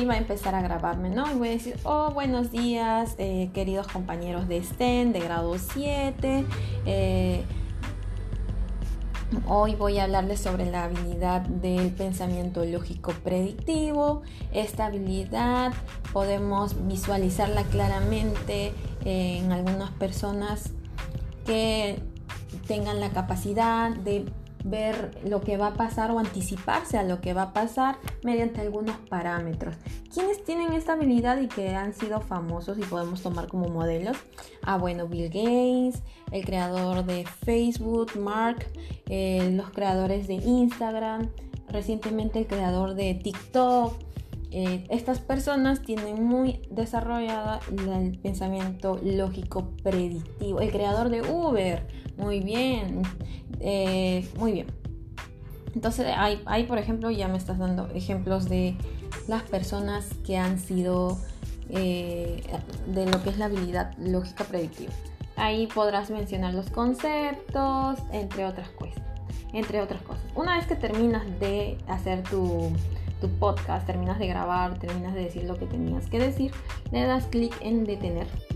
y va a empezar a grabarme, ¿no? Y voy a decir, buenos días, queridos compañeros de STEM, de grado 7. Hoy voy a hablarles sobre la habilidad del pensamiento lógico predictivo. Esta habilidad podemos visualizarla claramente en algunas personas que tengan la capacidad de ver lo que va a pasar o anticiparse a lo que va a pasar mediante algunos parámetros. ¿Quiénes tienen esta habilidad y que han sido famosos y podemos tomar como modelos? Bill Gates, el creador de Facebook, Mark, los creadores de Instagram, recientemente el creador de TikTok. Estas personas tienen muy desarrollado el pensamiento lógico predictivo. El creador de Uber, muy bien. Entonces hay, por ejemplo, ya me estás dando ejemplos de las personas que han sido de lo que es la habilidad lógica predictiva. Ahí podrás mencionar los conceptos, entre otras cosas. Una vez que terminas de hacer tu podcast, terminas de grabar, terminas de decir lo que tenías que decir, le das clic en detener